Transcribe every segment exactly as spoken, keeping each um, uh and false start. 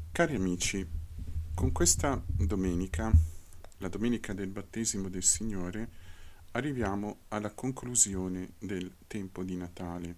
Cari amici, con questa domenica, la domenica del battesimo del Signore, arriviamo alla conclusione del tempo di Natale.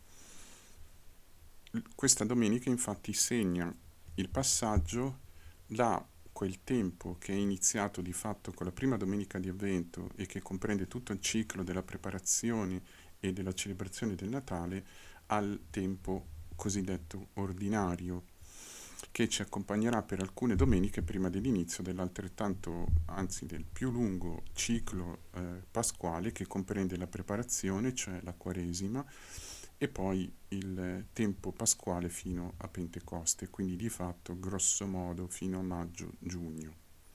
L- Questa domenica infatti segna il passaggio da quel tempo che è iniziato di fatto con la prima domenica di Avvento e che comprende tutto il ciclo della preparazione e della celebrazione del Natale al tempo cosiddetto ordinario, che ci accompagnerà per alcune domeniche prima dell'inizio dell'altrettanto, anzi del più lungo ciclo eh, pasquale che comprende la preparazione, cioè la Quaresima, e poi il tempo pasquale fino a Pentecoste, quindi di fatto grosso modo fino a maggio-giugno.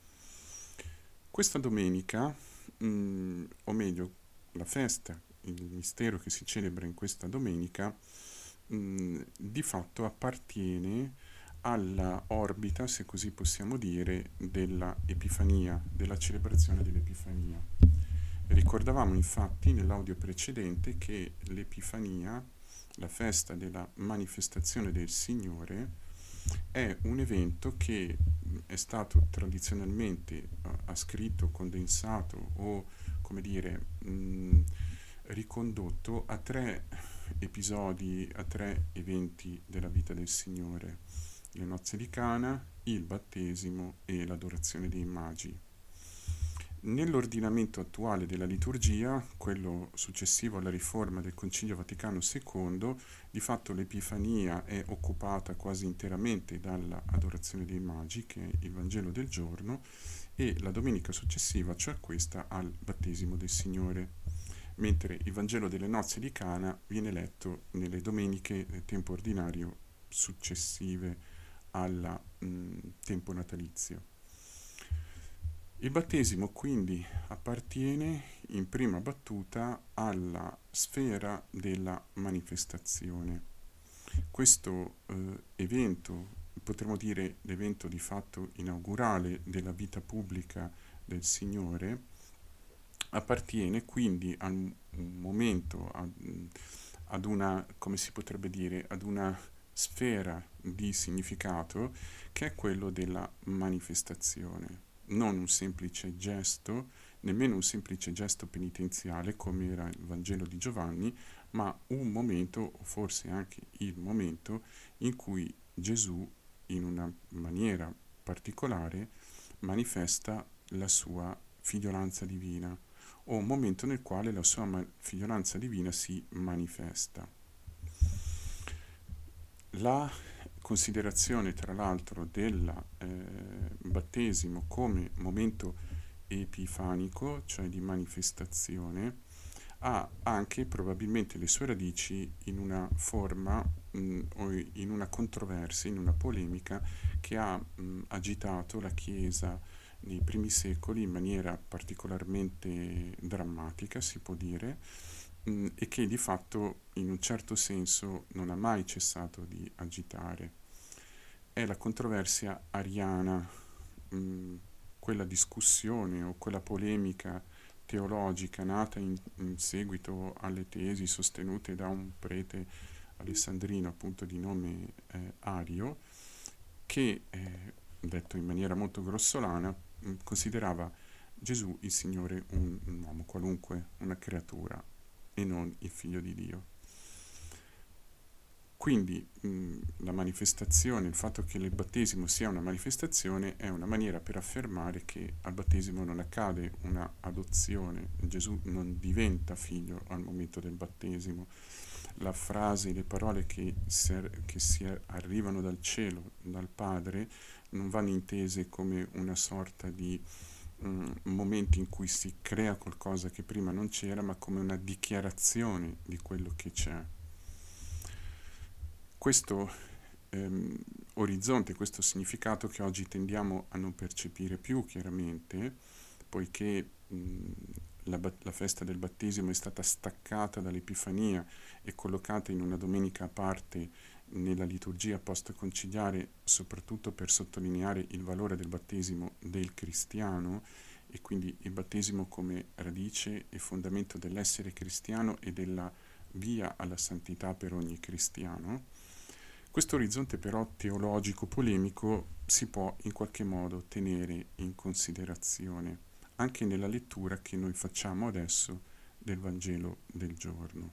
Questa domenica, mh, o meglio, la festa, il mistero che si celebra in questa domenica, mh, di fatto appartiene alla orbita, se così possiamo dire, della Epifania, della celebrazione dell'Epifania. Ricordavamo infatti nell'audio precedente che l'Epifania, la festa della manifestazione del Signore, è un evento che è stato tradizionalmente uh, ascritto, condensato o, come dire, mh, ricondotto a tre episodi, a tre eventi della vita del Signore: le nozze di Cana, il battesimo e l'adorazione dei magi. Nell'ordinamento attuale della liturgia, quello successivo alla riforma del Concilio Vaticano secondo, di fatto l'Epifania è occupata quasi interamente dall'adorazione dei magi, che è il Vangelo del giorno, e la domenica successiva, cioè questa, al battesimo del Signore, mentre il Vangelo delle nozze di Cana viene letto nelle domeniche del tempo ordinario successive al mh, tempo natalizio. Il battesimo quindi appartiene in prima battuta alla sfera della manifestazione. Questo eh, evento, potremmo dire l'evento di fatto inaugurale della vita pubblica del Signore, appartiene quindi a un momento, ad, ad una, come si potrebbe dire, ad una sfera di significato che è quello della manifestazione. Non un semplice gesto, nemmeno un semplice gesto penitenziale come era il Vangelo di Giovanni, ma un momento, o forse anche il momento, in cui Gesù, in una maniera particolare, manifesta la sua figliolanza divina, o un momento nel quale la sua ma- figliolanza divina si manifesta. La considerazione, tra l'altro, del eh, battesimo come momento epifanico, cioè di manifestazione, ha anche probabilmente le sue radici in una forma mh, o in una controversia, in una polemica che ha mh, agitato la Chiesa nei primi secoli in maniera particolarmente drammatica, si può dire, mh, e che di fatto in un certo senso non ha mai cessato di agitare. È la controversia ariana, mh, quella discussione o quella polemica teologica nata in, in seguito alle tesi sostenute da un prete alessandrino appunto di nome eh, Ario, che, eh, detto in maniera molto grossolana, mh, considerava Gesù il Signore un, un uomo qualunque, una creatura, e non il figlio di Dio. Quindi mh, la manifestazione, il fatto che il battesimo sia una manifestazione è una maniera per affermare che al battesimo non accade una adozione, Gesù non diventa figlio al momento del battesimo. La frase, le parole che si, che si arrivano dal cielo, dal Padre, non vanno intese come una sorta di um, momento in cui si crea qualcosa che prima non c'era, ma come una dichiarazione di quello che c'è. Questo ehm, orizzonte, questo significato che oggi tendiamo a non percepire più chiaramente, poiché mh, la, la festa del battesimo è stata staccata dall'Epifania e collocata in una domenica a parte nella liturgia post-conciliare, soprattutto per sottolineare il valore del battesimo del cristiano, e quindi il battesimo come radice e fondamento dell'essere cristiano e della via alla santità per ogni cristiano. Questo orizzonte però teologico-polemico si può in qualche modo tenere in considerazione anche nella lettura che noi facciamo adesso del Vangelo del giorno.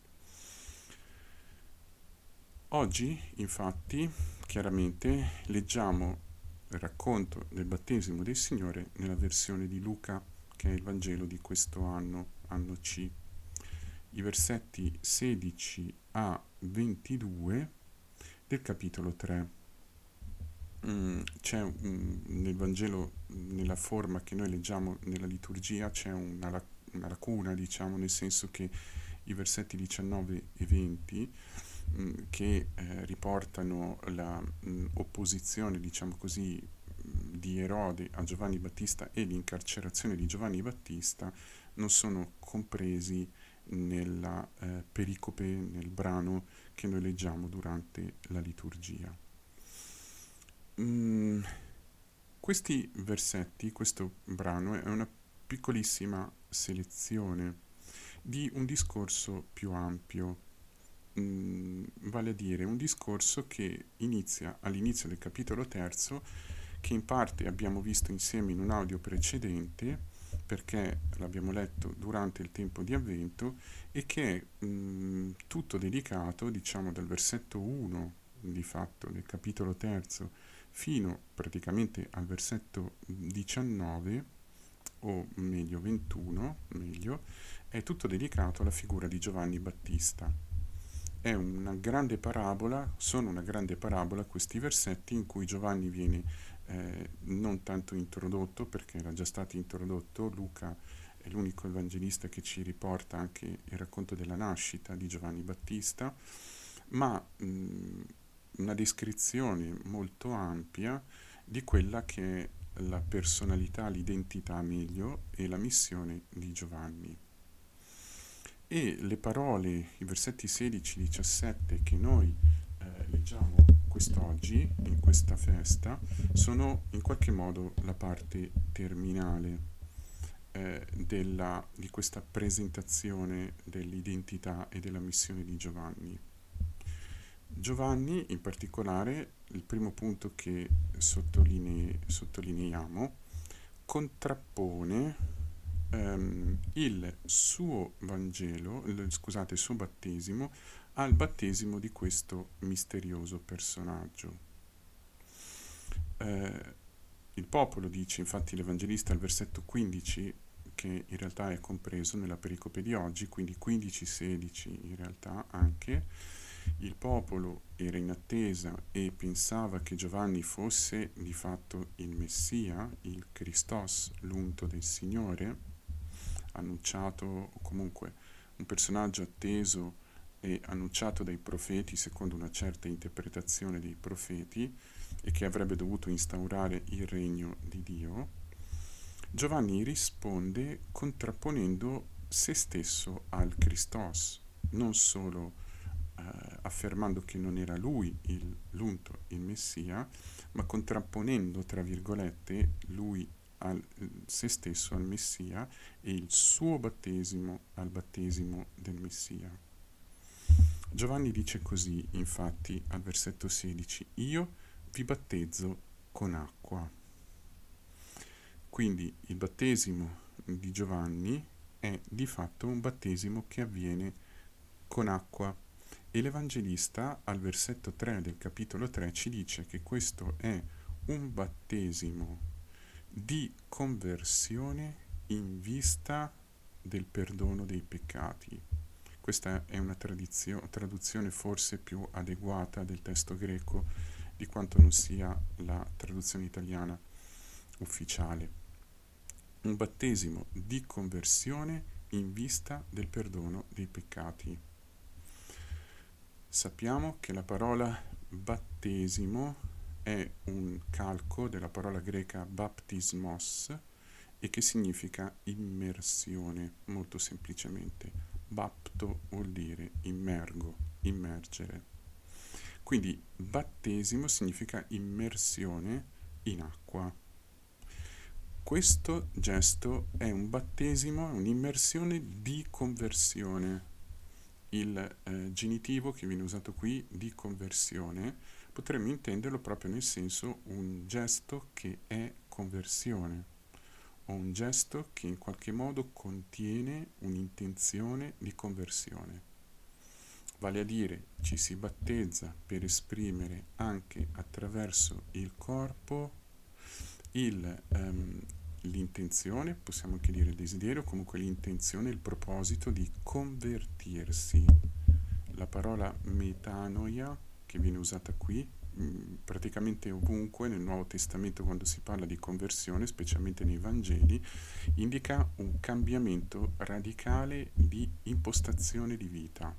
Oggi, infatti, chiaramente leggiamo il racconto del battesimo del Signore nella versione di Luca, che è il Vangelo di questo anno, anno C. I versetti sedici a ventidue del capitolo tre. Mm, c'è un, nel Vangelo, nella forma che noi leggiamo nella liturgia, c'è una, lac- una lacuna, diciamo, nel senso che i versetti diciannove e venti mh, che eh, riportano la mh, opposizione, diciamo così, mh, di Erode a Giovanni Battista e l'incarcerazione di Giovanni Battista non sono compresi nella eh, pericope, nel brano che noi leggiamo durante la liturgia. Mm, questi versetti, questo brano è una piccolissima selezione di un discorso più ampio, mm, vale a dire un discorso che inizia all'inizio del capitolo terzo, che in parte abbiamo visto insieme in un audio precedente, perché l'abbiamo letto durante il tempo di Avvento, e che è mh, tutto dedicato, diciamo, dal versetto uno di fatto del capitolo terzo fino praticamente al versetto diciannove, o meglio ventuno, meglio, è tutto dedicato alla figura di Giovanni Battista. È una grande parabola, sono una grande parabola questi versetti in cui Giovanni viene eh, non tanto introdotto, perché era già stato introdotto. Luca è l'unico evangelista che ci riporta anche il racconto della nascita di Giovanni Battista, ma mh, una descrizione molto ampia di quella che è la personalità, l'identità meglio, e la missione di Giovanni. E le parole, i versetti sedici diciassette che noi eh, leggiamo quest'oggi, in questa festa, sono in qualche modo la parte terminale eh, della, di questa presentazione dell'identità e della missione di Giovanni. Giovanni, in particolare, il primo punto che sottoline, sottolineiamo, contrappone ehm, il suo Vangelo, il, scusate, il suo battesimo al battesimo di questo misterioso personaggio. Eh, il popolo dice, infatti l'Evangelista al versetto quindici, che in realtà è compreso nella pericope di oggi, quindi quindici sedici in realtà anche, il popolo era in attesa e pensava che Giovanni fosse di fatto il Messia, il Christos, l'unto del Signore, annunciato, o comunque un personaggio atteso e annunciato dai profeti secondo una certa interpretazione dei profeti, e che avrebbe dovuto instaurare il regno di Dio. Giovanni risponde contrapponendo se stesso al Christos, non solo eh, affermando che non era lui il, l'unto, il Messia, ma contrapponendo, tra virgolette, lui al, se stesso al Messia e il suo battesimo al battesimo del Messia. Giovanni dice così, infatti, al versetto sedici: io vi battezzo con acqua. Quindi il battesimo di Giovanni è di fatto un battesimo che avviene con acqua, e l'Evangelista al versetto tre del capitolo tre ci dice che questo è un battesimo di conversione in vista del perdono dei peccati. Questa è una tradizio- traduzione forse più adeguata del testo greco di quanto non sia la traduzione italiana ufficiale. Un battesimo di conversione in vista del perdono dei peccati. Sappiamo che la parola battesimo è un calco della parola greca baptismos, e che significa immersione, molto semplicemente. Bapto vuol dire immergo, immergere. Quindi battesimo significa immersione in acqua. Questo gesto è un battesimo, un'immersione di conversione il eh, genitivo che viene usato qui di conversione potremmo intenderlo proprio nel senso un gesto che è conversione o un gesto che in qualche modo contiene un'intenzione di conversione. Vale a dire, ci si battezza per esprimere anche attraverso il corpo il, um, l'intenzione, possiamo anche dire il desiderio, comunque l'intenzione, il proposito di convertirsi. La parola metanoia, che viene usata qui, mh, praticamente ovunque nel Nuovo Testamento quando si parla di conversione, specialmente nei Vangeli, indica un cambiamento radicale di impostazione di vita.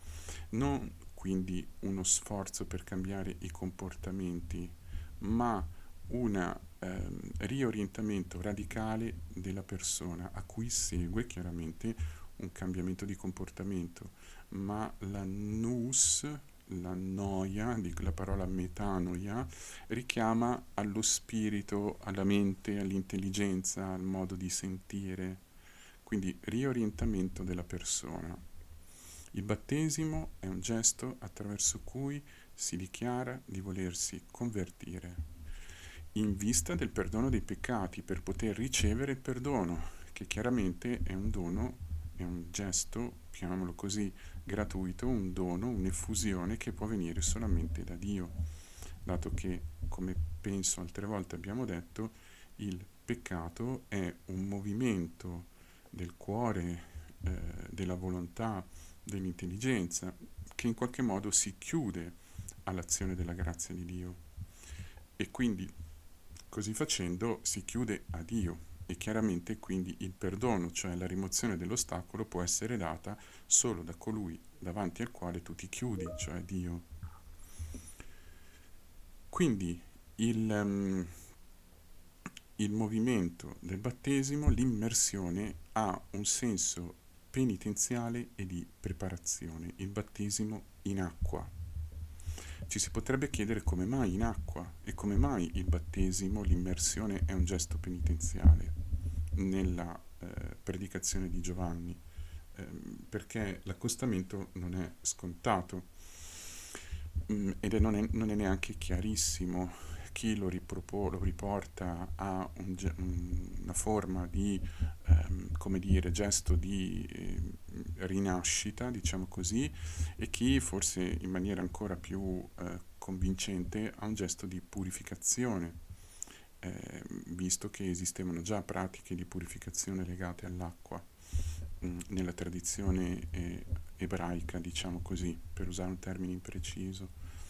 Non quindi uno sforzo per cambiare i comportamenti, ma un ehm, riorientamento radicale della persona a cui segue chiaramente un cambiamento di comportamento, ma la nous, la noia, la parola metanoia, richiama allo spirito, alla mente, all'intelligenza, al modo di sentire, quindi riorientamento della persona. Il battesimo è un gesto attraverso cui si dichiara di volersi convertire in vista del perdono dei peccati per poter ricevere il perdono, che chiaramente è un dono, è un gesto, chiamiamolo così, gratuito, un dono, un'effusione che può venire solamente da Dio, dato che, come penso altre volte abbiamo detto, il peccato è un movimento del cuore, eh, della volontà, dell'intelligenza, che in qualche modo si chiude all'azione della grazia di Dio. E quindi, così facendo, si chiude a Dio e chiaramente quindi il perdono, cioè la rimozione dell'ostacolo, può essere data solo da colui davanti al quale tu ti chiudi, cioè Dio. Quindi il, um, il movimento del battesimo, l'immersione, ha un senso penitenziale e di preparazione, il battesimo in acqua. Ci si potrebbe chiedere come mai in acqua e come mai il battesimo, l'immersione è un gesto penitenziale nella eh, predicazione di Giovanni, eh, perché l'accostamento non è scontato mh, ed è, non, è, non è neanche chiarissimo. Chi lo, ripropo, lo riporta a un, una forma di, ehm, come dire, gesto di eh, rinascita, diciamo così, e chi forse in maniera ancora più eh, convincente a un gesto di purificazione, eh, visto che esistevano già pratiche di purificazione legate all'acqua mh, nella tradizione eh, ebraica, diciamo così, per usare un termine impreciso.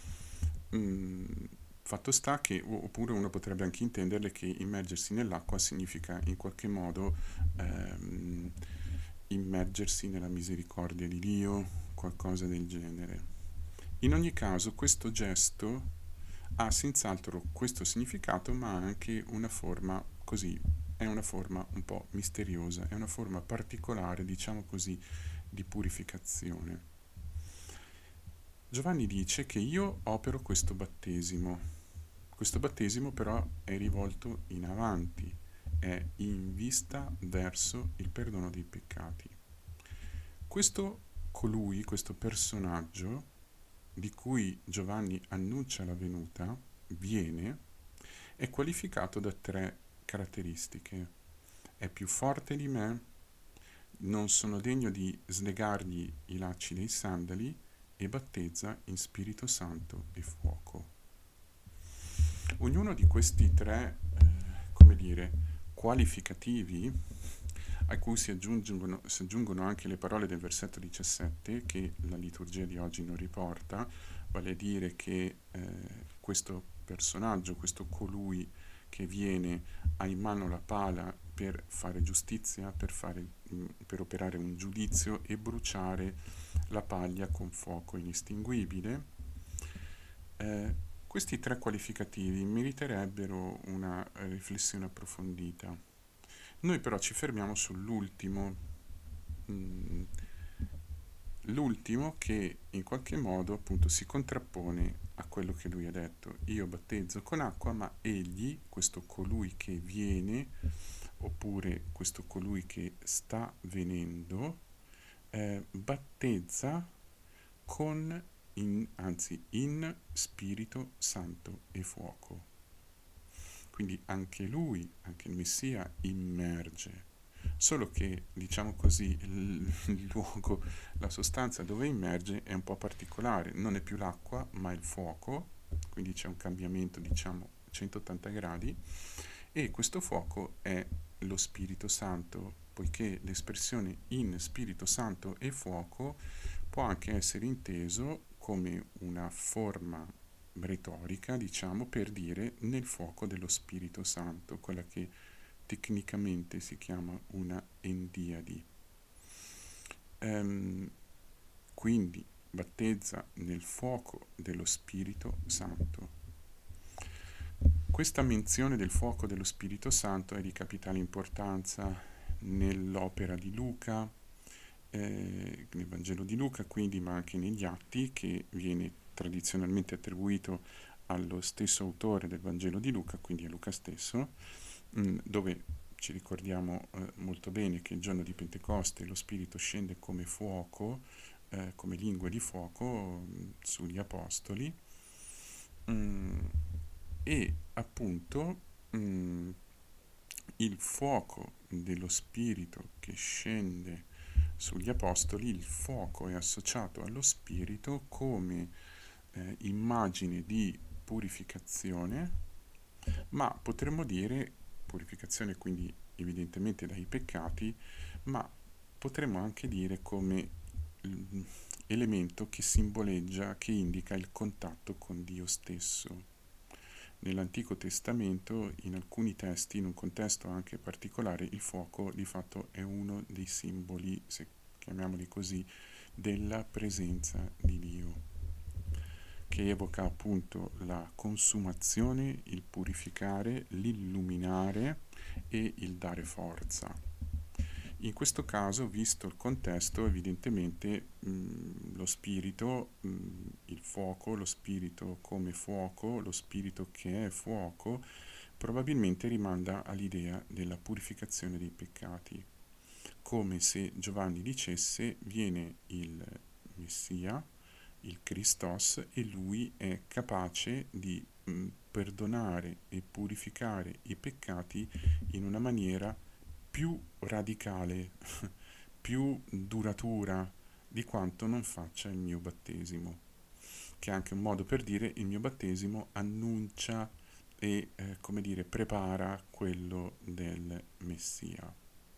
Mm, Fatto sta che, oppure uno potrebbe anche intenderle che immergersi nell'acqua significa in qualche modo ehm, immergersi nella misericordia di Dio, qualcosa del genere. In ogni caso, questo gesto ha senz'altro questo significato, ma ha anche una forma così, è una forma un po' misteriosa, è una forma particolare, diciamo così, di purificazione. Giovanni dice che io opero questo battesimo. Questo battesimo però è rivolto in avanti, è in vista verso il perdono dei peccati. Questo colui, questo personaggio di cui Giovanni annuncia la venuta, viene, è qualificato da tre caratteristiche. È più forte di me, non sono degno di slegargli i lacci dei sandali e battezza in Spirito Santo e fuoco. Ognuno di questi tre, eh, come dire, qualificativi, a cui si aggiungono, si aggiungono anche le parole del versetto diciassette, che la liturgia di oggi non riporta, vale a dire che eh, questo personaggio, questo colui che viene, ha in mano la pala per fare giustizia, per, fare, mh, per operare un giudizio e bruciare la paglia con fuoco inestinguibile. Eh, Questi tre qualificativi meriterebbero una riflessione approfondita. Noi però ci fermiamo sull'ultimo, mm, l'ultimo che in qualche modo appunto si contrappone a quello che lui ha detto. Io battezzo con acqua, ma egli, questo colui che viene, oppure questo colui che sta venendo, eh, battezza con, in, anzi, in Spirito Santo e fuoco. Quindi anche lui, anche il Messia, immerge. Solo che, diciamo così, il, il luogo, la sostanza dove immerge è un po' particolare. Non è più l'acqua, ma il fuoco. Quindi c'è un cambiamento, diciamo, a centottanta gradi. E questo fuoco è lo Spirito Santo, poiché l'espressione in Spirito Santo e fuoco può anche essere inteso come una forma retorica, diciamo, per dire nel fuoco dello Spirito Santo, quella che tecnicamente si chiama una endiadi. Ehm, quindi battezza nel fuoco dello Spirito Santo. Questa menzione del fuoco dello Spirito Santo è di capitale importanza nell'opera di Luca, eh, nel Vangelo di Luca, quindi, ma anche negli Atti, che viene tradizionalmente attribuito allo stesso autore del Vangelo di Luca, quindi a Luca stesso, mh, dove ci ricordiamo eh, molto bene che il giorno di Pentecoste lo Spirito scende come fuoco, eh, come lingue di fuoco mh, sugli Apostoli, mh, e appunto mh, il fuoco dello Spirito che scende sugli Apostoli, il fuoco è associato allo Spirito come eh, immagine di purificazione, ma potremmo dire purificazione quindi evidentemente dai peccati, ma potremmo anche dire come mm, elemento che simboleggia, che indica il contatto con Dio stesso. Nell'Antico Testamento, in alcuni testi, in un contesto anche particolare, il fuoco di fatto è uno dei simboli, se chiamiamoli così, della presenza di Dio, che evoca appunto la consumazione, il purificare, l'illuminare e il dare forza. In questo caso, visto il contesto, evidentemente mh, lo spirito, mh, il fuoco, lo spirito come fuoco, lo spirito che è fuoco, probabilmente rimanda all'idea della purificazione dei peccati, come se Giovanni dicesse viene il Messia, il Christos, e lui è capace di mh, perdonare e purificare i peccati in una maniera più radicale, più duratura di quanto non faccia il mio battesimo, che è anche un modo per dire il mio battesimo annuncia e, eh, come dire, prepara quello del Messia.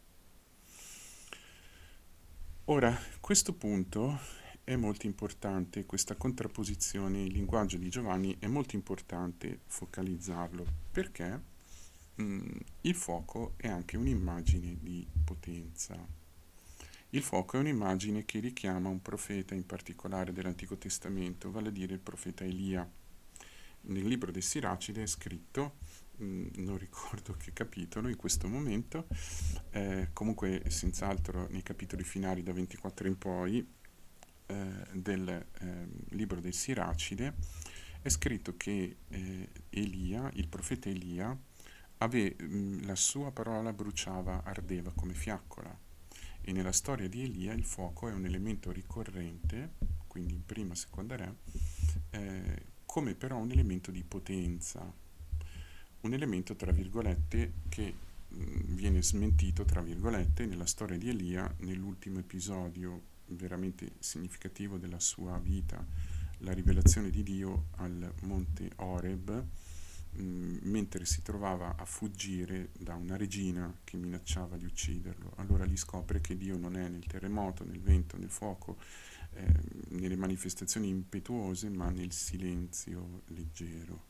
Ora, questo punto è molto importante, questa contrapposizione, il linguaggio di Giovanni è molto importante focalizzarlo, perché mh, il fuoco è anche un'immagine di potenza. Il fuoco è un'immagine che richiama un profeta in particolare dell'Antico Testamento, vale a dire il profeta Elia. Nel libro del Siracide è scritto, mh, non ricordo che capitolo in questo momento, eh, comunque senz'altro nei capitoli finali da ventiquattro in poi eh, del eh, libro del Siracide, è scritto che eh, Elia, il profeta Elia, ave, mh, la sua parola bruciava, ardeva come fiaccola. E nella storia di Elia il fuoco è un elemento ricorrente, quindi in prima e seconda re, eh, come però un elemento di potenza, un elemento tra virgolette che mh, viene smentito tra virgolette nella storia di Elia nell'ultimo episodio veramente significativo della sua vita, la rivelazione di Dio al monte Horeb, mh, mentre si trovava a fuggire da una regina che minacciava di ucciderlo. Allora gli scopre che Dio non è nel terremoto, nel vento, nel fuoco, eh, nelle manifestazioni impetuose, ma nel silenzio leggero.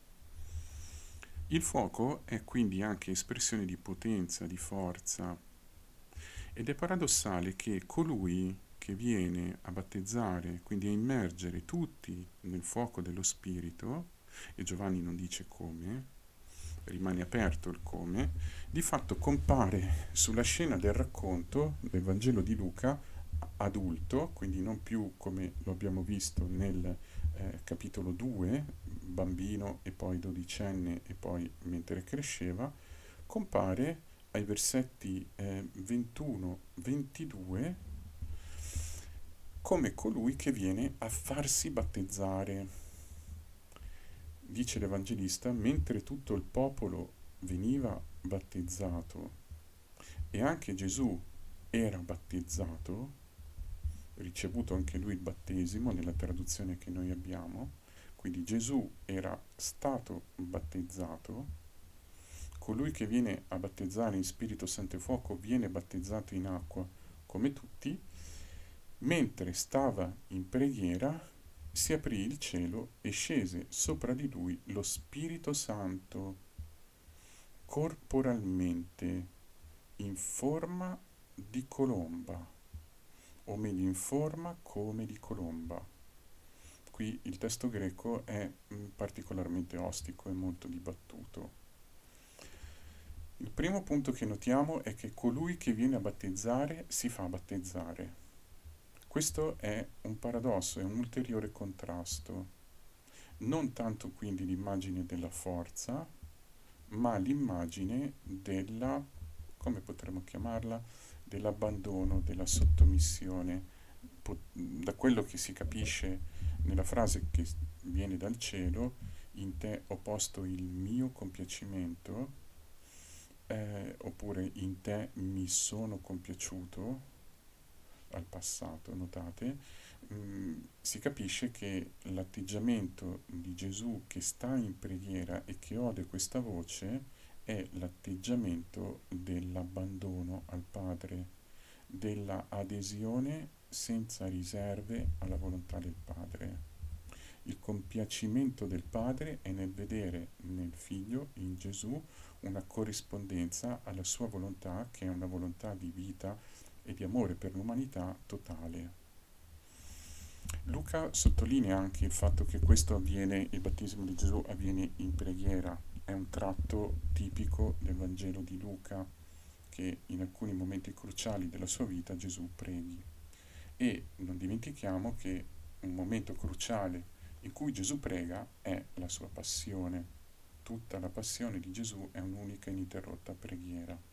Il fuoco è quindi anche espressione di potenza, di forza, ed è paradossale che colui che viene a battezzare, quindi a immergere tutti nel fuoco dello Spirito, e Giovanni non dice come, rimane aperto il come, di fatto compare sulla scena del racconto del Vangelo di Luca adulto, quindi non più come lo abbiamo visto nel eh, capitolo due, bambino e poi dodicenne e poi mentre cresceva, compare ai versetti eh, ventuno ventidue come colui che viene a farsi battezzare. Dice l'Evangelista, mentre tutto il popolo veniva battezzato e anche Gesù era battezzato, ricevuto anche lui il battesimo nella traduzione che noi abbiamo, quindi Gesù era stato battezzato, colui che viene a battezzare in Spirito Santo e Fuoco viene battezzato in acqua come tutti, mentre stava in preghiera si aprì il cielo e scese sopra di lui lo Spirito Santo corporalmente in forma di colomba, o meglio in forma come di colomba. Qui il testo greco è mm, particolarmente ostico e molto dibattuto. Il primo punto che notiamo è che colui che viene a battezzare si fa battezzare. Questo è un paradosso, è un ulteriore contrasto. Non tanto quindi l'immagine della forza, ma l'immagine della, come potremmo chiamarla, dell'abbandono, della sottomissione. Da quello che si capisce nella frase che viene dal cielo, in te ho posto il mio compiacimento, eh, oppure in te mi sono compiaciuto, al passato, notate, mh, si capisce che l'atteggiamento di Gesù che sta in preghiera e che ode questa voce è l'atteggiamento dell'abbandono al Padre, della adesione senza riserve alla volontà del Padre. Il compiacimento del Padre è nel vedere nel Figlio, in Gesù, una corrispondenza alla sua volontà, che è una volontà di vita e di amore per l'umanità totale. Luca sottolinea anche il fatto che questo avviene, il battesimo di Gesù avviene in preghiera, è un tratto tipico del Vangelo di Luca, che in alcuni momenti cruciali della sua vita Gesù preghi. E non dimentichiamo che un momento cruciale in cui Gesù prega è la sua passione. Tutta la passione di Gesù è un'unica ininterrotta preghiera.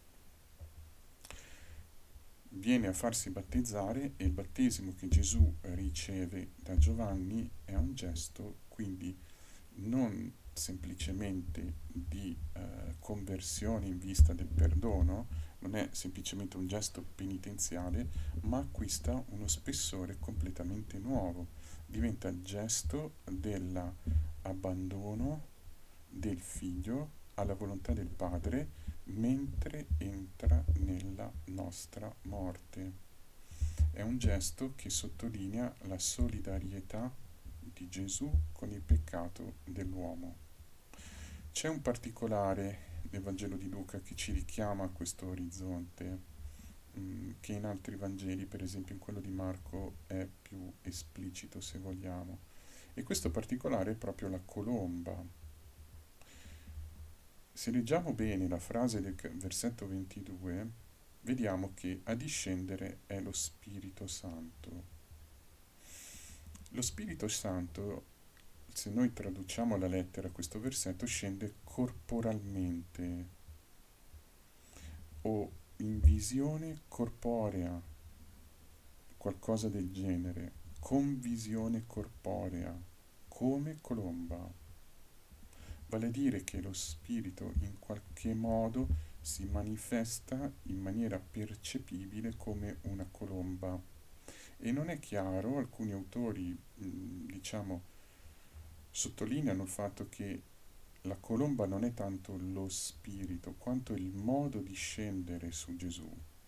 Viene a farsi battezzare e il battesimo che Gesù riceve da Giovanni è un gesto quindi non semplicemente di eh, conversione in vista del perdono, non è semplicemente un gesto penitenziale, ma acquista uno spessore completamente nuovo, diventa il gesto dell'abbandono del figlio alla volontà del padre mentre entra nella nostra morte. È un gesto che sottolinea la solidarietà di Gesù con il peccato dell'uomo. C'è un particolare nel Vangelo di Luca che ci richiama a questo orizzonte, mh, che in altri Vangeli, per esempio in quello di Marco, è più esplicito se vogliamo. E questo particolare è proprio la colomba. Se leggiamo bene la frase del versetto ventidue, vediamo che a discendere è lo Spirito Santo. Lo Spirito Santo, se noi traduciamo alla lettera questo versetto, scende corporalmente o in visione corporea, qualcosa del genere, con visione corporea, come colomba. Vale a dire che lo spirito in qualche modo si manifesta in maniera percepibile come una colomba. E non è chiaro, alcuni autori, diciamo, sottolineano il fatto che la colomba non è tanto lo spirito, quanto il modo di scendere su Gesù.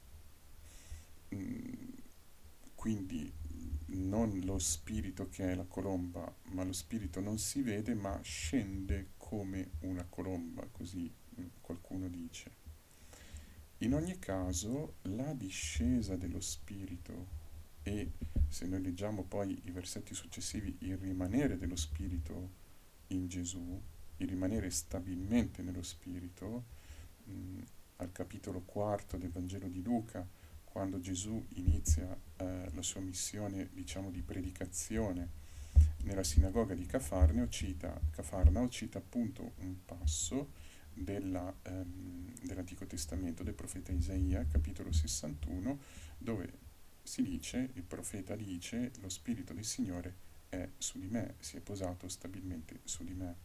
Quindi non lo spirito che è la colomba, ma lo spirito non si vede, ma scende come una colomba, così qualcuno dice. In ogni caso, la discesa dello spirito e, se noi leggiamo poi i versetti successivi, il rimanere dello spirito in Gesù, il rimanere stabilmente nello spirito, mh, al capitolo quarto del Vangelo di Luca, quando Gesù inizia eh, la sua missione, diciamo, di predicazione nella sinagoga di Cafarnao, cita, Cafarnao cita appunto un passo della, ehm, dell'Antico Testamento, del profeta Isaia, capitolo sessantuno, dove si dice, il profeta dice, lo Spirito del Signore è su di me, si è posato stabilmente su di me.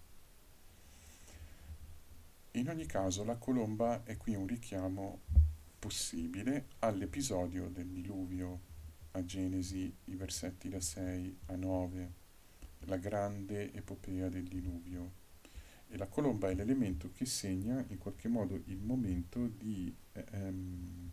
In ogni caso la colomba è qui un richiamo possibile all'episodio del diluvio, a Genesi, i versetti da sei a nove, la grande epopea del diluvio. E la colomba è l'elemento che segna in qualche modo il momento di ehm,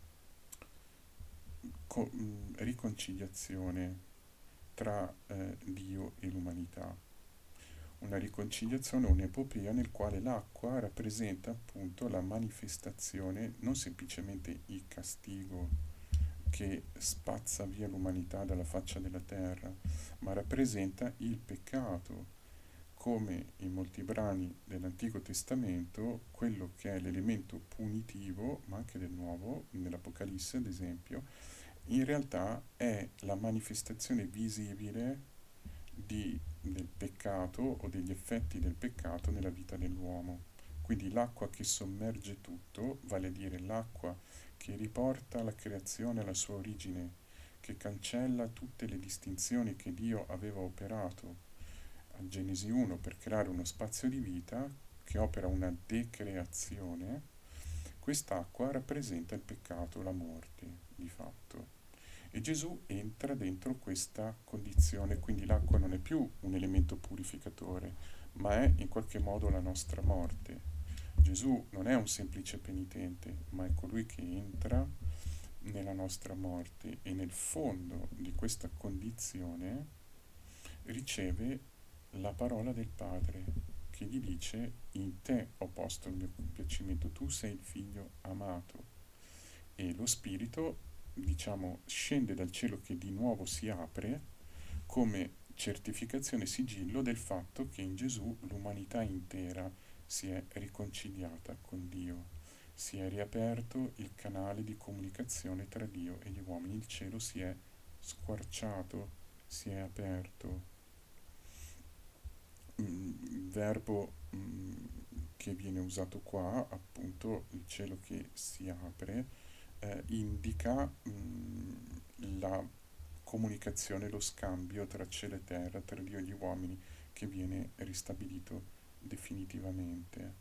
co- mh, riconciliazione tra eh, Dio e l'umanità. Una riconciliazione, un'epopea nel quale l'acqua rappresenta appunto la manifestazione, non semplicemente il castigo che spazza via l'umanità dalla faccia della terra, ma rappresenta il peccato, come in molti brani dell'Antico Testamento, quello che è l'elemento punitivo, ma anche del Nuovo, nell'Apocalisse ad esempio, in realtà è la manifestazione visibile di, del peccato o degli effetti del peccato nella vita dell'uomo. Quindi l'acqua che sommerge tutto, vale a dire l'acqua che riporta la creazione alla sua origine, che cancella tutte le distinzioni che Dio aveva operato a Genesi uno per creare uno spazio di vita, che opera una decreazione. Quest'acqua rappresenta il peccato, la morte, di fatto. E Gesù entra dentro questa condizione, quindi l'acqua non è più un elemento purificatore, ma è in qualche modo la nostra morte. Gesù non è un semplice penitente, ma è colui che entra nella nostra morte e nel fondo di questa condizione riceve la parola del Padre che gli dice: in te ho posto il mio compiacimento, tu sei il figlio amato. E lo Spirito, diciamo, scende dal cielo, che di nuovo si apre come certificazione, sigillo del fatto che in Gesù l'umanità intera si è riconciliata con Dio, si è riaperto il canale di comunicazione tra Dio e gli uomini, il cielo si è squarciato, si è aperto. Mm, il verbo mm, che viene usato qua, appunto il cielo che si apre, eh, indica mh, la comunicazione, lo scambio tra cielo e terra, tra Dio e gli uomini, che viene ristabilito definitivamente.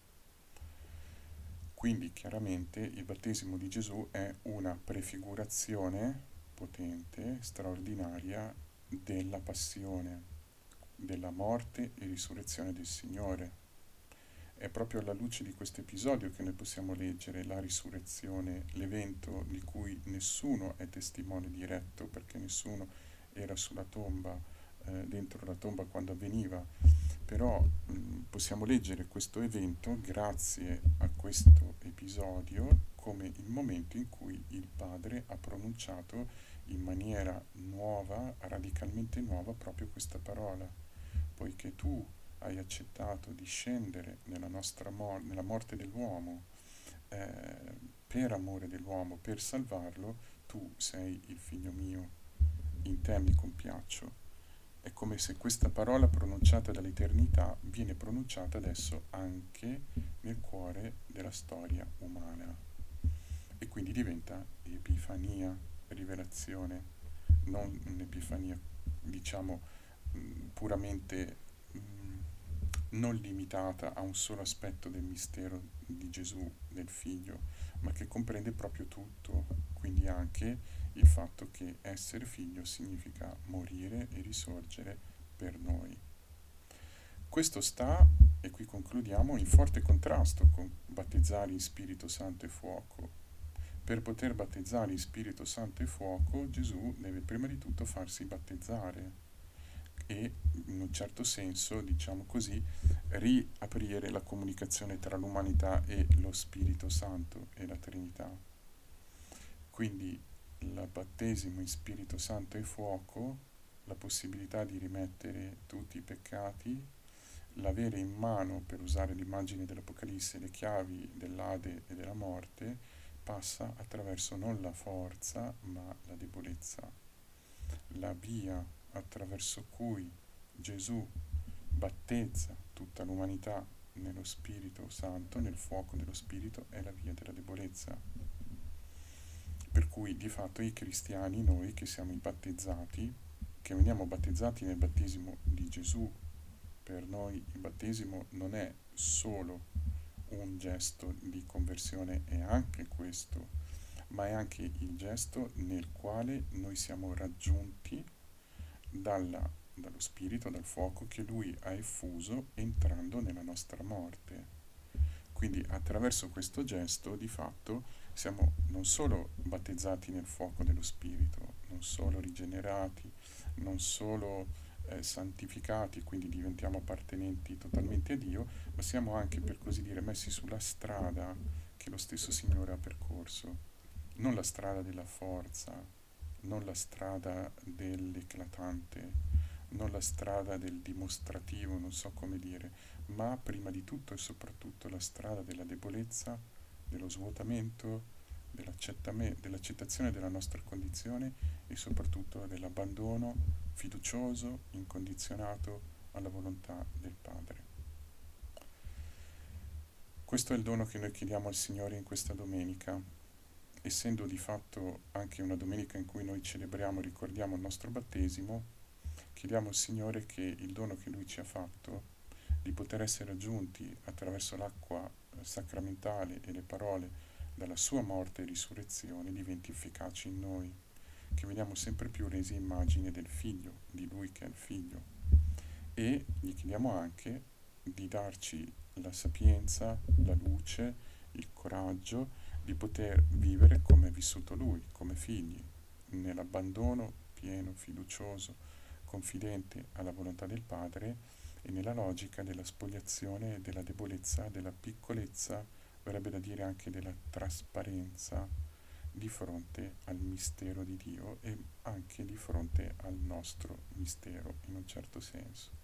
Quindi chiaramente il battesimo di Gesù è una prefigurazione potente, straordinaria, della passione, della morte e risurrezione del Signore. È proprio alla luce di questo episodio che noi possiamo leggere la risurrezione, l'evento di cui nessuno è testimone diretto, perché nessuno era sulla tomba, eh, dentro la tomba quando avveniva. Però mh, possiamo leggere questo evento grazie a questo episodio come il momento in cui il Padre ha pronunciato in maniera nuova, radicalmente nuova, proprio questa parola. Poiché tu hai accettato di scendere nella, nostra mor- nella morte dell'uomo, eh, per amore dell'uomo, per salvarlo, tu sei il figlio mio, in te mi compiaccio. È come se questa parola pronunciata dall'eternità viene pronunciata adesso anche nel cuore della storia umana. E quindi diventa epifania, rivelazione, non un'epifania, diciamo, mh, puramente mh, non limitata a un solo aspetto del mistero di Gesù, del Figlio, ma che comprende proprio tutto, quindi anche il fatto che essere figlio significa morire e risorgere per noi. Questo sta, e qui concludiamo, in forte contrasto con battezzare in Spirito Santo e fuoco. Per poter battezzare in Spirito Santo e fuoco, Gesù deve prima di tutto farsi battezzare e, in un certo senso, diciamo così, riaprire la comunicazione tra l'umanità e lo Spirito Santo e la Trinità. Quindi il battesimo in Spirito Santo e fuoco, la possibilità di rimettere tutti i peccati, l'avere in mano, per usare l'immagine dell'Apocalisse, le chiavi dell'Ade e della morte, passa attraverso non la forza ma la debolezza. La via attraverso cui Gesù battezza tutta l'umanità nello Spirito Santo, nel fuoco dello Spirito, è la via della debolezza. Per cui di fatto i cristiani, noi che siamo i battezzati, che veniamo battezzati nel battesimo di Gesù, per noi il battesimo non è solo un gesto di conversione, è anche questo, ma è anche il gesto nel quale noi siamo raggiunti dalla, dallo Spirito, dal fuoco che Lui ha effuso entrando nella nostra morte. Quindi attraverso questo gesto di fatto siamo non solo battezzati nel fuoco dello Spirito, non solo rigenerati, non solo eh, santificati, quindi diventiamo appartenenti totalmente a Dio, ma siamo anche, per così dire, messi sulla strada che lo stesso Signore ha percorso. Non la strada della forza, non la strada dell'eclatante, non la strada del dimostrativo, non so come dire, ma prima di tutto e soprattutto la strada della debolezza, dello svuotamento, dell'accettazione della nostra condizione e soprattutto dell'abbandono fiducioso, incondizionato alla volontà del Padre. Questo è il dono che noi chiediamo al Signore in questa domenica, essendo di fatto anche una domenica in cui noi celebriamo e ricordiamo il nostro battesimo. Chiediamo al Signore che il dono che Lui ci ha fatto, di poter essere raggiunti attraverso l'acqua sacramentale e le parole dalla sua morte e risurrezione, diventi efficace in noi, che veniamo sempre più resi immagine del Figlio, di Lui che è il Figlio. E gli chiediamo anche di darci la sapienza, la luce, il coraggio di poter vivere come è vissuto Lui, come figli, nell'abbandono pieno, fiducioso, confidente alla volontà del Padre e nella logica della spoliazione, della debolezza, della piccolezza, verrebbe da dire anche della trasparenza di fronte al mistero di Dio e anche di fronte al nostro mistero in un certo senso.